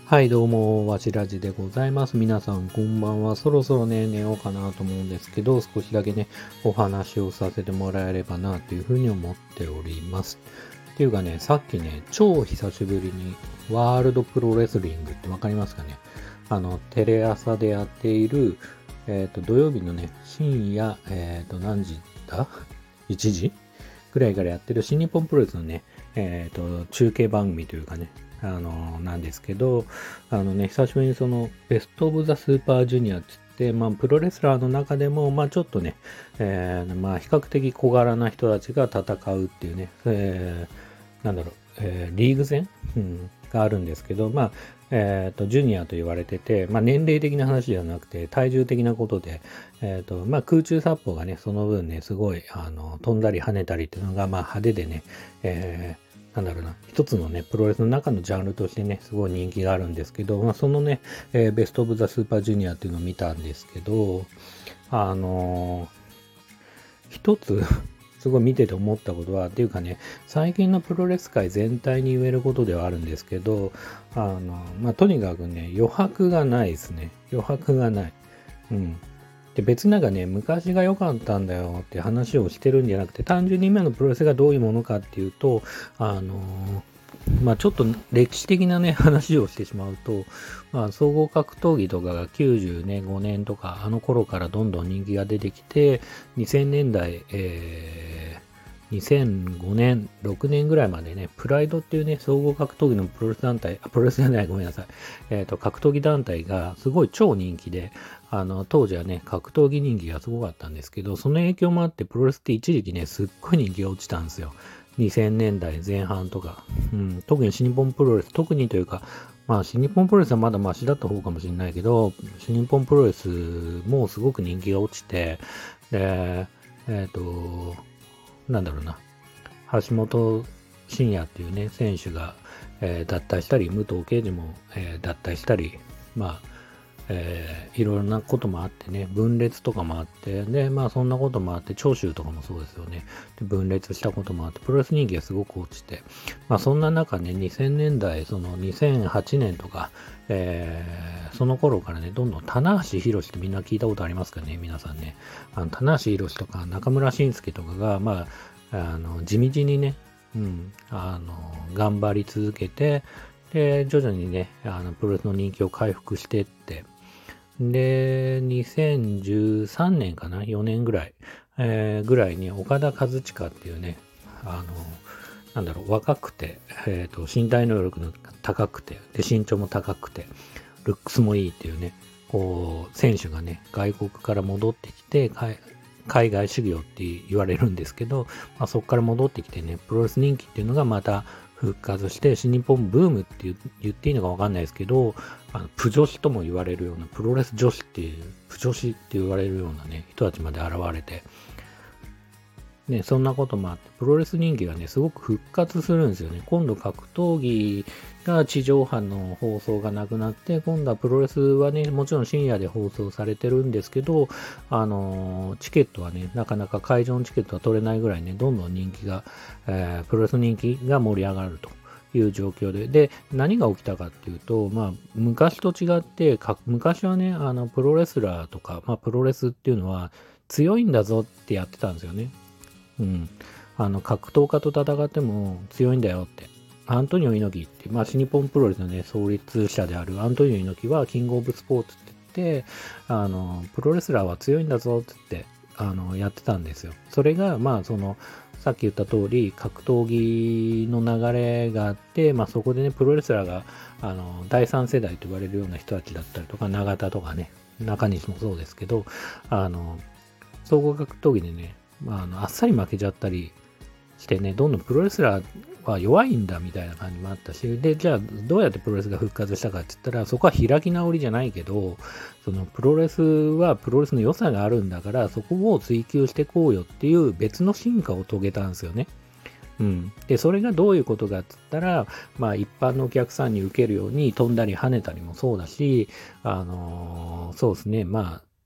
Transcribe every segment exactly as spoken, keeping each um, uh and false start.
はい、どうも、わしらじでございます。皆さん、こんばんは。そろそろね、寝ようかなと思うんですけど、少しだけね、お話をさせてもらえればな、というふうに思っております。っていうかね、さっきね、超久しぶりに、ワールドプロレスリングってわかりますかね？あの、テレ朝でやっている、えっと、土曜日のね、深夜、えっと、何時だ ?いち 時ぐらいからやってる新日本プロレスのね、えっと、中継番組というかね、あの、なんですけど、あのね、久しぶりにその、ベストオブザスーパージュニアって言って、まあ、プロレスラーの中でも、まあ、ちょっとね、えー、まあ、比較的小柄な人たちが戦うっていうね、えー、なんだろう、えー、リーグ戦、うん、があるんですけど、まあ、えっ、と、ジュニアと言われてて、まあ、年齢的な話じゃなくて、体重的なことで、えっ、と、まあ、空中殺法がね、その分ね、すごい、あの、飛んだり跳ねたりっていうのが、まあ、派手でね、えー、なんだろうな、一つのね、プロレスの中のジャンルとしてね、すごい人気があるんですけど、まあ、そのね、えー、ベストオブザスーパージュニアっていうのを見たんですけど、あのー一つすごい見てて思ったことは、っていうかね、最近のプロレス界全体に言えることではあるんですけど、あの、まあ、とにかくね、余白がないですね。余白がない。うん。で、別になんかね、昔が良かったんだよって話をしてるんじゃなくて、単純に今のプロレスがどういうものかっていうと、あのまあちょっと歴史的なね、話をしてしまうと、まあ総合格闘技とかがきゅうじゅうごねんとか、あの頃からどんどん人気が出てきて、にせんねんだい、えー、にせんごねん、ろくねんぐらいまでね、プライドっていうね、総合格闘技のプロレス団体、あプロレスじゃない、ごめんなさい。えっ、と、格闘技団体がすごい超人気で、あの、当時はね、格闘技人気がすごかったんですけど、その影響もあって、プロレスって一時期ね、すっごい人気が落ちたんですよ。にせんねんだいぜん半とか。うん、特に新日本プロレス、特にというか、まあ、新日本プロレスはまだマシだった方かもしれないけど、新日本プロレスもすごく人気が落ちて、で、えっ、と、なんだろうな、橋本真也っていうね、選手が、えー脱退したり、武藤敬司も、えー脱退したり、まあ、えーいろいろなこともあってね、分裂とかもあって、で、まあそんなこともあって、長州とかもそうですよね。で分裂したこともあって、プロレス人気がすごく落ちて、まあそんな中ね、にせんねんだい、そのにせんはちねんとか、えーその頃からね、どんどん棚橋宏ってみんな聞いたことありますかね、皆さんね。あの棚橋宏とか中村慎介とかが、まあ、あの、地道にね、うん、あの、頑張り続けて、で、徐々にね、あの、プロレスの人気を回復してって、で、にせんじゅうさんねんかな ?よ 年ぐらい、えーぐらいに岡田和親っていうね、あの、なんだろう、若くて、えっ、と、身体能力の高くて、で、身長も高くて、ルックスもいいっていうね、こう、選手がね、外国から戻ってきて、海海外修行って言われるんですけど、まあ、そこから戻ってきてね、プロレス人気っていうのがまた復活して、新日本ブームって言っていいのかわかんないですけど、あのプ女子とも言われるような、プロレス女子っていう、プ女子って言われるようなね、人たちまで現れて、ね、そんなこともあって、プロレス人気がね、すごく復活するんですよね。今度格闘技が地上波の放送がなくなって、今度はプロレスはね、もちろん深夜で放送されてるんですけど、あのーチケットはね、なかなか会場のチケットは取れないぐらいね、どんどん人気が、えープロレス人気が盛り上がると。いう状況で。で、何が起きたかっていうと、まあ、昔と違って、か昔はね、あの、プロレスラーとか、まあ、プロレスっていうのは強いんだぞってやってたんですよね。うん。あの、格闘家と戦っても強いんだよって。アントニオ猪木って、まあ、新日本プロレスのね、創立者であるアントニオ猪木は、キングオブスポーツって言って、あの、プロレスラーは強いんだぞって言って、あの、やってたんですよ。それが、まあ、その、さっき言った通り、格闘技の流れがあって、まあ、そこでね、プロレスラーが、あの、第三世代と言われるような人たちだったりとか、永田とかね、中西もそうですけど、あの、総合格闘技でね、まあ、あの、あっさり負けちゃったりしてね、どんどんプロレスラーは弱いんだみたいな感じもあったし、で、じゃあどうやってプロレスが復活したかって言ったら、そこは開き直りじゃないけど、そのプロレスはプロレスの良さがあるんだから、そこを追求してこうよっていう別の進化を遂げたんですよね。うん。で、それがどういうことかっつったら、まあ一般のお客さんに受けるように飛んだり跳ねたりもそうだし、あのーそうですね、まあ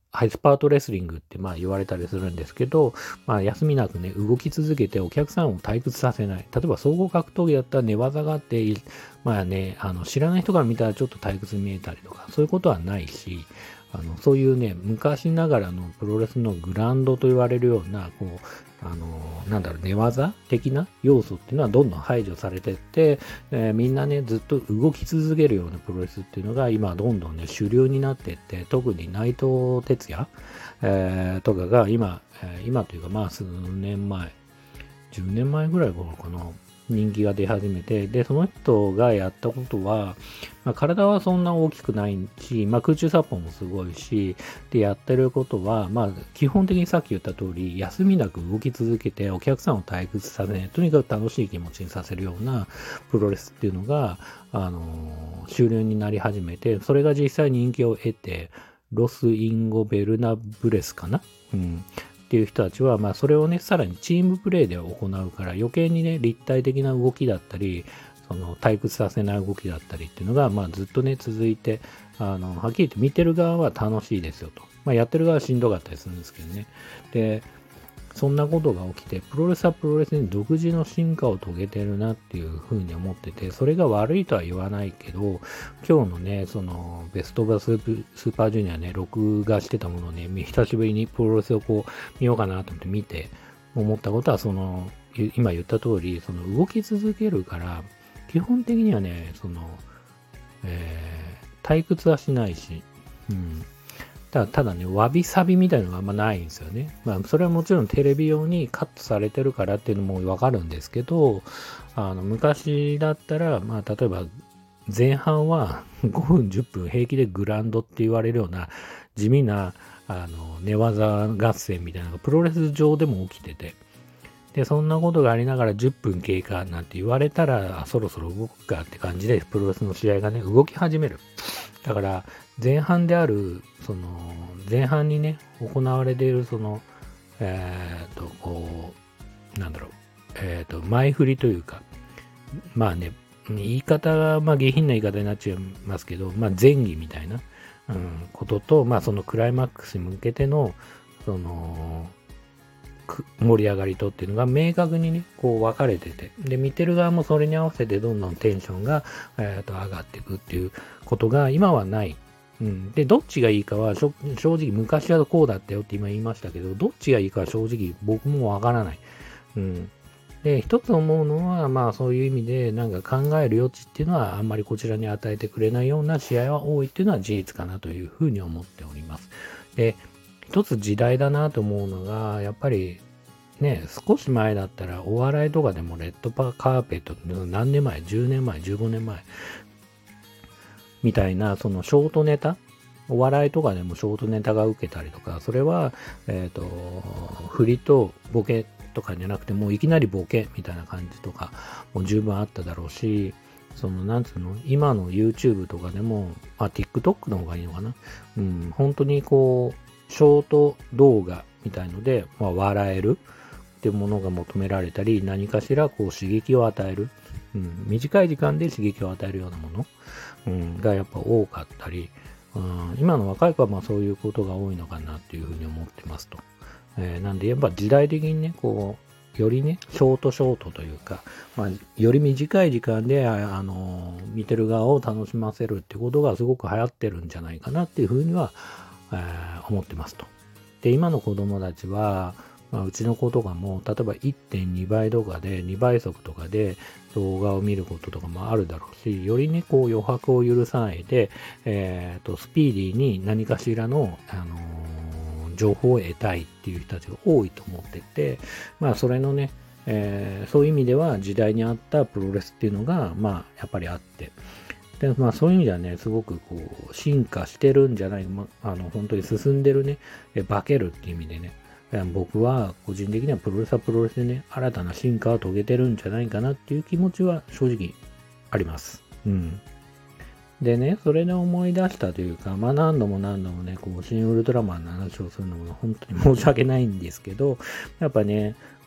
ハイスパートレスリングってまあ言われたりするんですけど、まあ休みなくね、動き続けてお客さんを退屈させない。例えば総合格闘技だったら寝技があって、まあね、あの知らない人から見たらちょっと退屈に見えたりとか、そういうことはないし、あのそういうね、昔ながらのプロレスのグラウンドと言われるような、こう、あの、なんだろう、寝技的な要素っていうのはどんどん排除されていって、えーみんなね、ずっと動き続けるようなプロレスっていうのが今どんどんね、主流になっていって、特に内藤哲也、えーとかが今、えー今というかまあ数年前、じゅうねんまえぐらい頃かな、人気が出始めて、で、その人がやったことは、まあ、体はそんな大きくないし、まあ、空中殺法もすごいし、で、やってることは、まあ、基本的にさっき言った通り、休みなく動き続けて、お客さんを退屈させない、とにかく楽しい気持ちにさせるようなプロレスっていうのが、あのー、主流になり始めて、それが実際人気を得て、ロス・インゴ・ベルナブレスかな、うん、っていう人たちは、まあ、それをね、さらにチームプレーで行うから、余計にね、立体的な動きだったり、その退屈させない動きだったりっていうのが、まあ、ずっとね、続いて、あの、はっきり言って見てる側は楽しいですよと。まあ、やってる側はしんどかったりするんですけどね。で、そんなことが起きて、プロレスはプロレスに独自の進化を遂げてるなっていうふうに思ってて、それが悪いとは言わないけど、今日のね、そのベスト・オブ・スープスーパージュニアね、録画してたものをね、久しぶりにプロレスをこう見ようかなと思って見て、思ったことは、その、今言った通り、その動き続けるから、基本的にはね、その、えー、退屈はしないし、うん。ただただね、わびさびみたいなのがあんまないんですよね。まあ、それはもちろんテレビ用にカットされてるからっていうのもわかるんですけど、あの、昔だったら、まあ、例えば、前半はごふん、じゅっぷん平気でグラウンドって言われるような地味な、あの、寝技合戦みたいなのがプロレス上でも起きてて、で、そんなことがありながらじゅっぷん経過なんて言われたら、あ、そろそろ動くかって感じで、プロレスの試合がね、動き始める。だから、前半である、その、前半にね、行われている、その、えっと、こう、なんだろう、えっと、前振りというか、まあね、言い方が、まあ下品な言い方になっちゃいますけど、まあ前儀みたいな、うん、ことと、まあそのクライマックスに向けての、その、盛り上がりとっていうのが明確にね、こう分かれてて、で、見てる側もそれに合わせてどんどんテンションが、えー、と上がっていくっていうことが今はない。うん、で、どっちがいいかは正直昔はこうだったよって今言いましたけど、どっちがいいかは正直僕もわからない。うん。で、一つ思うのは、まあそういう意味でなんか考える余地っていうのはあんまりこちらに与えてくれないような試合は多いっていうのは事実かなというふうに思っております。で、一つ時代だなと思うのが、やっぱりね、少し前だったらお笑いとかでもレッドパカーペット何年前 ?じゅうねんまえ、じゅうごねんまえみたいな、そのショートネタお笑いとかでもショートネタが受けたりとか、それは、えっと、振りとボケとかじゃなくて、もういきなりボケみたいな感じとかも十分あっただろうし、その、なんつうの、今の YouTube とかでも、あ、TikTok の方がいいのかな。うん、本当にこう、ショート動画みたいので、まあ、笑えるっていうものが求められたり、何かしらこう刺激を与える。うん、短い時間で刺激を与えるようなもの、うん、がやっぱ多かったり、うん、今の若い子はまあそういうことが多いのかなっていうふうに思ってますと。えー、なんでやっぱ時代的にね、こう、よりね、ショートショートというか、まあ、より短い時間で、あ、あのー、見てる側を楽しませるってことがすごく流行ってるんじゃないかなっていうふうには、えー、思ってますと。で、今の子供たちは、まあ、うちの子とかも、例えば いってんに 倍とかで、にばい速とかで動画を見ることとかもあるだろうし、よりね、こう余白を許さないで、えっと、スピーディーに何かしらの、あのー、情報を得たいっていう人たちが多いと思ってて、まあ、それのね、えー、そういう意味では時代に合ったプロレスっていうのが、まあ、やっぱりあって、で、まあそういう意味ではね、すごくこう、進化してるんじゃない、まあの、本当に進んでるね、え化けるっていう意味でね、僕は個人的にはプロレスはプロレスでね、新たな進化を遂げてるんじゃないかなっていう気持ちは正直あります。うん。でね、それで思い出したというか、まあ何度も何度もね、こう、新ウルトラマンの話をするのも本当に申し訳ないんですけど、やっぱね、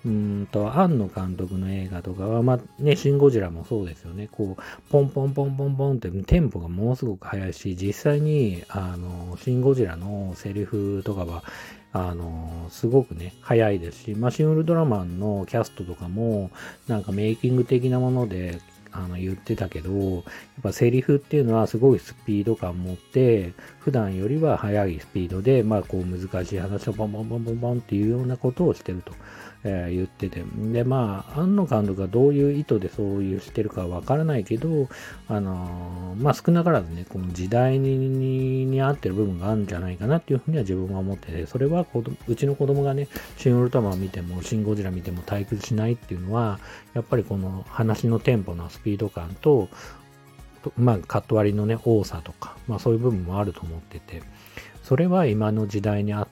うーんと、庵野監督の映画とかは、まあね、シン・ゴジラもそうですよね。こう、ポンポンポンポンポンってテンポがものすごく速いし、実際に、あの、シン・ゴジラのセリフとかは、あの、すごくね、速いですし、まあ、シン・ウルトラマンのキャストとかも、なんかメイキング的なもので、あの言ってたけど、やっぱセリフっていうのはすごいスピード感持って、普段よりは速いスピードで、まあこう難しい話をボンボンボンボンボンっていうようなことをしてると、えー言ってて。で、まあ、庵野監督がどういう意図でそういうしてるかわからないけど、あのーまあ少なからずね、この時代ににに合ってる部分があるんじゃないかなっていうふうには自分は思ってて、それは子供うちの子供がね、シン・ウルトラマン見ても、シン・ゴジラ見ても退屈しないっていうのは、やっぱりこの話のテンポのスピード感と、まあ、カット割りのね、多さとか、まあそういう部分もあると思ってて、それは今の時代にあった、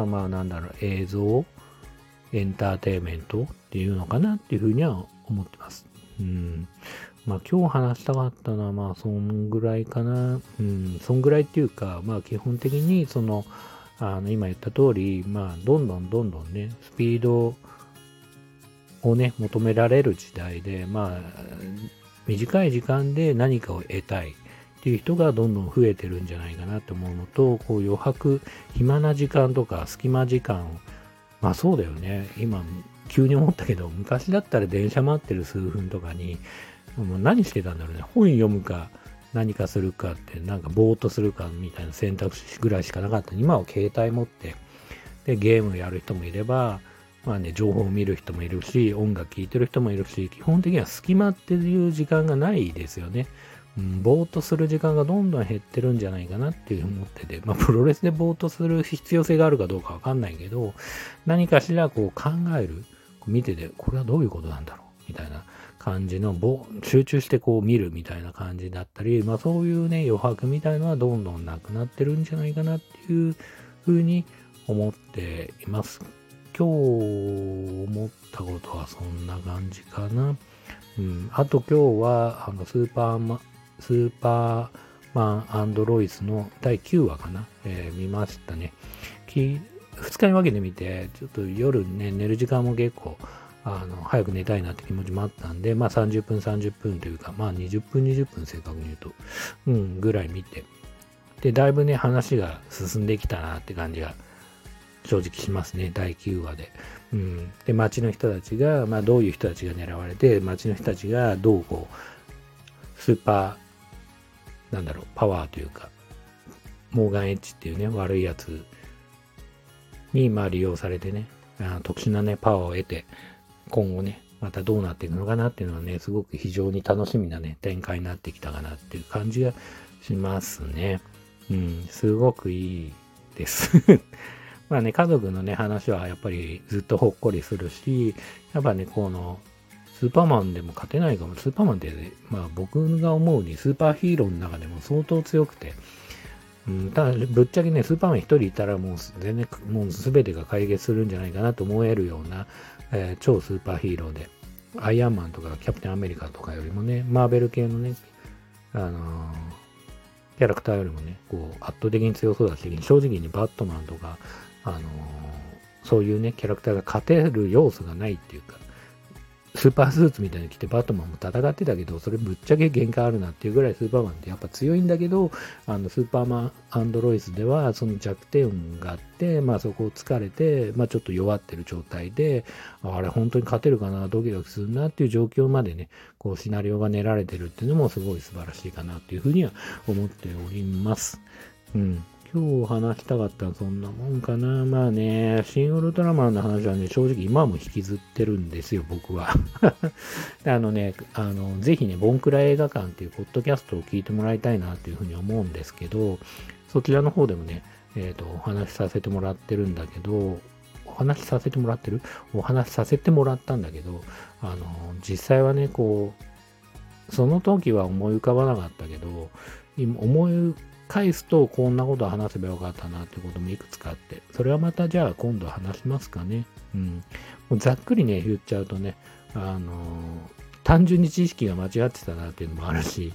まあなんだろう、映像、エンターテインメントっていうのかなっていうふうには思ってます。うん。まあ今日話したかったのは、まあそんぐらいかな。うん、そんぐらいっていうか、まあ基本的にその、あの今言った通り、まあどんどんどんどんね、スピードをね、求められる時代で、まあ、短い時間で何かを得たいっていう人がどんどん増えてるんじゃないかなと思うのと、こう余白、暇な時間とか隙間時間を、まあそうだよね。今、急に思ったけど、昔だったら電車待ってる数分とかに、もう何してたんだろうね。本読むか、何かするかって、なんかぼーっとするかみたいな選択肢ぐらいしかなかった。今は携帯持って、で、ゲームやる人もいれば、まあね、情報を見る人もいるし、音楽聴いてる人もいるし、基本的には隙間っていう時間がないですよね。うん、ぼーっとする時間がどんどん減ってるんじゃないかなっていう思ってて、まあ、プロレスでぼーっとする必要性があるかどうかわかんないけど、何かしらこう考える、こう見てて、これはどういうことなんだろうみたいな感じの、ぼ集中してこう見るみたいな感じだったり、まあそういうね、余白みたいのはどんどんなくなってるんじゃないかなっていうふうに思っています。今日思ったことはそんな感じかな。うん。あと今日は、あの、スーパーマン、スーパーマンロイスのだいきゅうわかな。えー、見ましたね。きふつかに分けてみて、ちょっと夜ね、寝る時間も結構、あの、早く寝たいなって気持ちもあったんで、まあさんじゅっぷんさんじゅっぷんというか、まあにじゅっぷんにじゅっぷん正確に言うと、うん、ぐらい見て。で、だいぶね、話が進んできたなって感じが正直しますね、だいきゅうわで。うん、で、街の人たちが、まあ、どういう人たちが狙われて、街の人たちがどうこう、スーパー、なんだろう、パワーというか、モーガンエッジっていうね、悪いやつに、まあ、利用されてね、あ特殊なね、パワーを得て、今後ね、またどうなっていくのかなっていうのはね、すごく非常に楽しみなね、展開になってきたかなっていう感じがしますね。うん、すごくいいです。まあね、家族のね、話はやっぱりずっとほっこりするし、やっぱね、この、スーパーマンでも勝てないかも。スーパーマンって、ね、まあ僕が思うにスーパーヒーローの中でも相当強くて、うん、ただぶっちゃけね、スーパーマン一人いたらもう全然、もう全てが解決するんじゃないかなと思えるような、えー、超スーパーヒーローで、アイアンマンとかキャプテンアメリカとかよりもね、マーベル系のね、あのーキャラクターよりもね、こう、圧倒的に強そうだし、正直にバットマンとか、あのーそういうね、キャラクターが勝てる要素がないっていうか、スーパースーツみたいに着てバットマンも戦ってたけど、それぶっちゃけ限界あるなっていうぐらいスーパーマンってやっぱ強いんだけど、あの、スーパーマンロイスではその弱点があって、まあそこを疲れて、まあちょっと弱ってる状態で、あれ本当に勝てるかな、ドキドキするなっていう状況までね、こうシナリオが練られてるっていうのもすごい素晴らしいかなっていうふうには思っております。うん。今日話したかったのはそんなもんかな。まあね、シン・ウルトラマンの話はね、正直今も引きずってるんですよ、僕は。あのね、あの、ぜひね、ボンクラ映画館っていうポッドキャストを聞いてもらいたいなっていうふうに思うんですけど、そちらの方でもね、えっと、お話しさせてもらってるんだけど、お話しさせてもらってるお話しさせてもらったんだけど、あの、実際はね、こう、その時は思い浮かばなかったけど、今思い返すとこんなこと話せばよかったなってこともいくつかあって、それはまたじゃあ今度話しますかね。うん。もうざっくりね、言っちゃうとね、あのー、単純に知識が間違ってたなっていうのもあるし、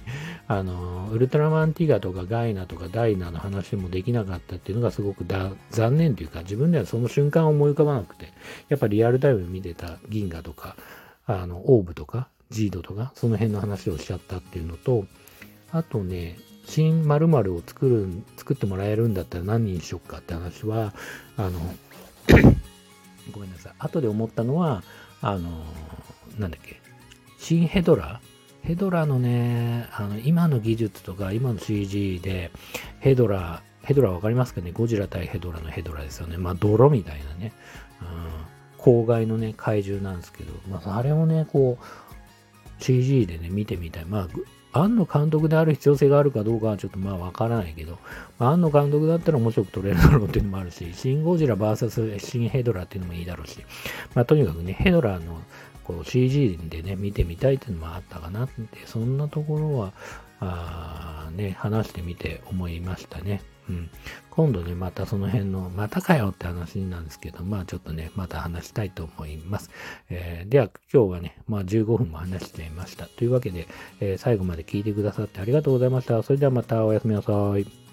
あの、ウルトラマンティガとかガイナとかダイナの話もできなかったっていうのがすごくだ残念というか、自分ではその瞬間思い浮かばなくて、やっぱリアルタイムで見てた銀河とか、あの、オーブとか、ジードとか、その辺の話をしちゃったっていうのと、あとね、新〇〇を作る、作ってもらえるんだったら何にしよっかって話は、あの、ごめんなさい。後で思ったのは、あの、なんだっけ、新ヘドラヘドラのね、あの、今の技術とか、今の シージー で、ヘドラ、ヘドラわかりますかね？ゴジラ対ヘドラのヘドラですよね。まあ、泥みたいなね、うん、公害のね、怪獣なんですけど、まあ、あれをね、こう、シージー でね、見てみたい。まあ、庵野監督である必要性があるかどうかはちょっとまあわからないけど、まあ、庵野監督だったら面白く撮れるだろうっていうのもあるし、シン・ゴジラ ブイエス シン・ヘドラっていうのもいいだろうし、まあ、とにかくね、ヘドラのこう シージー でね、見てみたいっていうのもあったかなって、そんなところは、あね、話してみて思いましたね。うん。今度ね、またその辺の、またかよって話なんですけど、まあちょっとね、また話したいと思います。えー、では今日はね、まあじゅうごふんも話していました。というわけで、えー、最後まで聞いてくださってありがとうございました。それではまたおやすみなさい。